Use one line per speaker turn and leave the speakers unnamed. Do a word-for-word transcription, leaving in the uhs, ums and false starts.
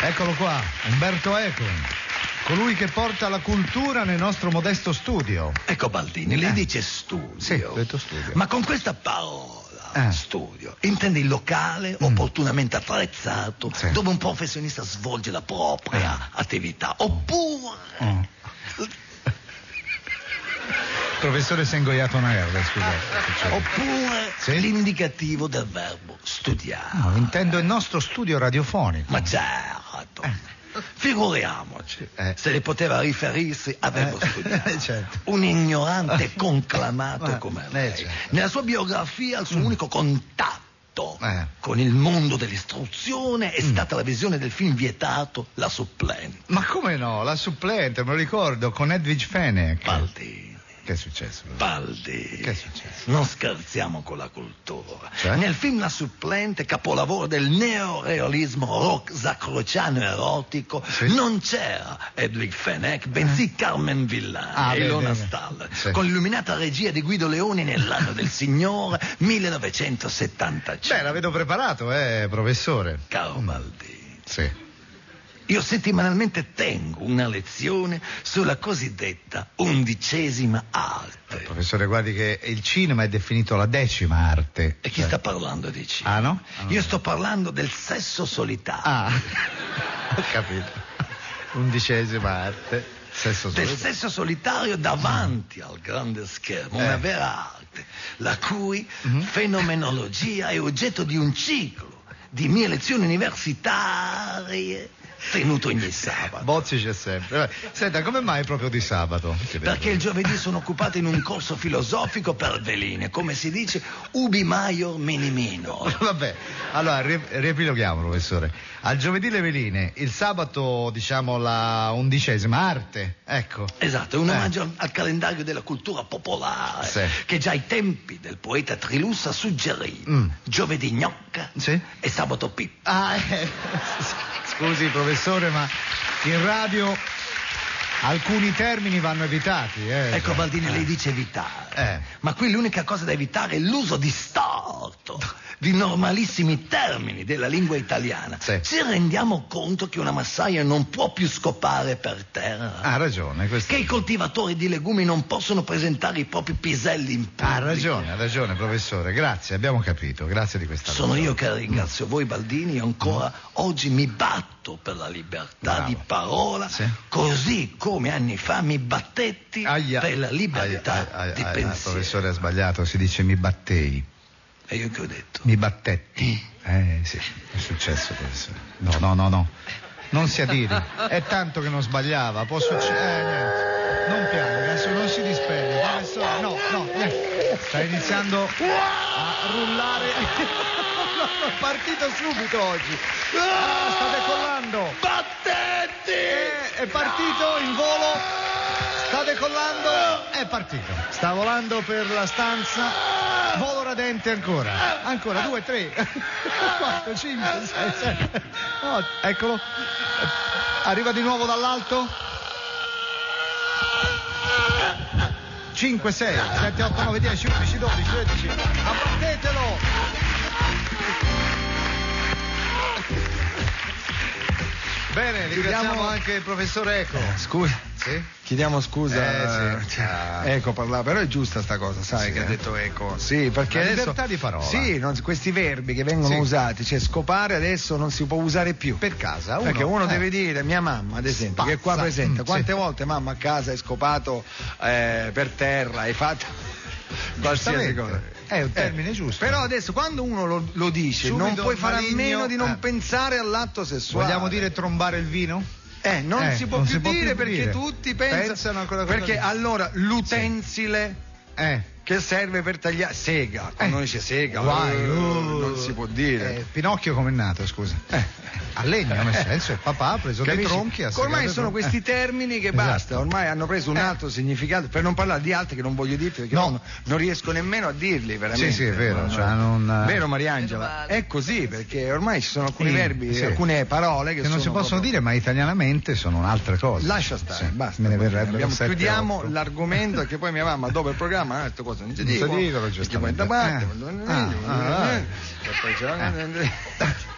Eccolo qua, Umberto Eco, colui che porta la cultura nel nostro modesto studio.
Ecco Baldini, lei
Eh.
dice studio.
Sì, ho detto studio.
Ma con questa parola,
Eh.
studio, intende il locale
Mm.
opportunamente attrezzato,
Sì.
dove un professionista svolge la propria
Eh.
attività, oppure...
Mm. Professore si è ingoiato una erba, scusate.
Oppure
Sì?
l'indicativo del verbo studiare.
No, intendo il nostro studio radiofonico.
Ma certo. Figuriamoci
Eh.
se ne poteva riferirsi avevo
Eh.
studiato.
Certo.
Un ignorante conclamato
Ma-
come
eh,
lei.
certo.
Nella sua biografia il suo unico contatto
Eh.
con il mondo dell'istruzione è stata la visione del film vietato La Supplente.
Ma come no? La supplente, me lo ricordo, con Edwige Fenech.
Baldi.
Che è successo?
Baldi.
Che è successo?
Non scherziamo con la cultura.
Cioè?
Nel film La Supplente, capolavoro del neorealismo rock sacrociano erotico,
Sì.
non c'era Edwige Fenech, bensì Carmen Villani
Ah,
e
beh,
Ilona
bene.
Staller,
Sì.
con l'illuminata regia di Guido Leoni nell'anno del Signore millenovecentosettantacinque.
Beh, la vedo preparato, eh, professore.
Caro Baldi,
Sì.
io settimanalmente tengo una lezione sulla cosiddetta undicesima arte.
Professore, guardi che il cinema è definito la decima arte.
E chi
Cioè-
sta parlando di cinema?
Ah, no?
Io sto parlando del sesso solitario.
Ah, ho capito. Undicesima arte. Sesso
Del
solitario.
sesso solitario davanti al grande schermo, una
Eh.
vera arte, la cui
Mhm.
fenomenologia è oggetto di un ciclo di mie lezioni universitarie tenuto ogni sabato.
Bozzi c'è sempre. Vabbè, senta, come mai proprio di sabato?
Perché il giovedì sono occupato in un corso filosofico per veline, come si dice, ubi maior meni minor.
Vabbè, allora ri- riepiloghiamo, professore. Al giovedì le veline, il sabato diciamo la undicesima arte, ecco.
Esatto, è un
Eh.
omaggio al- al calendario della cultura popolare,
Sì.
che già ai tempi del poeta Trilussa suggeriva
Mm.
giovedì gnocca
Sì?
e sabato pippa.
Ah, eh, scusi professore, ma in radio alcuni termini vanno evitati. Eh.
Ecco Baldini, lei dice evitare,
Eh.
ma qui l'unica cosa da evitare è l'uso distorto di normalissimi termini della lingua italiana.
Sì.
Ci rendiamo conto che una massaia non può più scopare per terra?
Ha ragione, questo.
Che i coltivatori di legumi non possono presentare i propri piselli in pubblico?
Ha ragione, ha ragione professore, grazie, abbiamo capito, grazie di questa
Sono
cosa.
io che ringrazio voi Baldini e ancora oggi mi batto per la libertà
Bravo.
di parola,
Sì.
così come anni fa mi battetti
Aia.
per la libertà
Aia, aia,
di
aia,
pensiero.
professore ha sbagliato, si dice mi battei,
E io che ho detto?
mi battetti. Eh sì, è successo professore. No, no, no, no. Non si adiri, è tanto che non sbagliava, può succedere. Eh, niente. Non pianga, adesso non si disperde, professore. No, no, niente. Sta iniziando a rullare. È partito subito oggi. Ah, sta decollando.
Battetti!
Eh, è partito in volo. Sta decollando, è partito. Sta volando per la stanza. Volo radente ancora. Ancora, due, tre, quattro, cinque, sei, sette. Oh, eccolo. Arriva di nuovo dall'alto. cinque, sei, sette, otto, nove, dieci, undici, dodici, tredici. Abbattetelo! Bene, ringraziamo
Chiediamo-
anche il professor Eco.
Scusa,
Sì?
chiediamo scusa.
Eh, sì.
cioè,
Ah.
Eco parlava, però è giusta sta cosa, sai
Sì,
che ha
eh.
detto Eco. Sì, perché
La
adesso
libertà di parola.
Sì, non- questi verbi che vengono
Sì.
usati, cioè scopare adesso non si può usare più.
Per casa uno,
Perché uno
eh.
deve dire, mia mamma ad esempio, che è qua
Spazza.
presente,
Mm,
quante
sì.
volte mamma a casa hai scopato eh, per terra, hai fatto qualsiasi
Giustamente.
cosa.
È un termine giusto.
Però adesso quando uno lo, lo dice
Subito
non puoi fare a
maligno,
meno di non
eh.
pensare all'atto sessuale.
Vogliamo dire trombare il vino?
Eh, non
Eh,
si può
non
più
si può
dire
più
perché
dire.
tutti pensano,
Pensano a quella cosa
perché
lì.
allora l'utensile
Eh.
che serve per tagliare sega, quando
Eh.
uno dice sega,
Guai,
eh,
uh.
non si può dire.
Eh, Pinocchio com'è nato, scusa?
Eh.
A legno, nel senso, il papà ha preso dei
Capisci?
tronchi a
Ormai
segare
sono
tronchi.
questi
Eh.
termini che
Esatto.
basta, ormai hanno preso un
Eh.
altro significato, per non parlare di altri che non voglio dirti perché
No.
non, non riesco nemmeno a dirli veramente.
Sì, sì, è vero,
No,
cioè
no.
non-
Vero Mariangela? È così, perché ormai ci sono alcuni
Sì,
verbi,
sì.
alcune parole che,
Che non si
sono
possono
proprio-
dire, ma italianamente sono un'altra cosa.
Lascia stare,
Sì,
basta.
Me ne verrebbero
Abbiamo-
sette,
chiudiamo
otto.
l'argomento perché poi mia mamma dopo il programma ha detto cose non si
Non si
dicono,
dicono,
perché poi
giustamente.
da parte,
Eh.
quando-
Ah, ah, ah.
e poi c'è-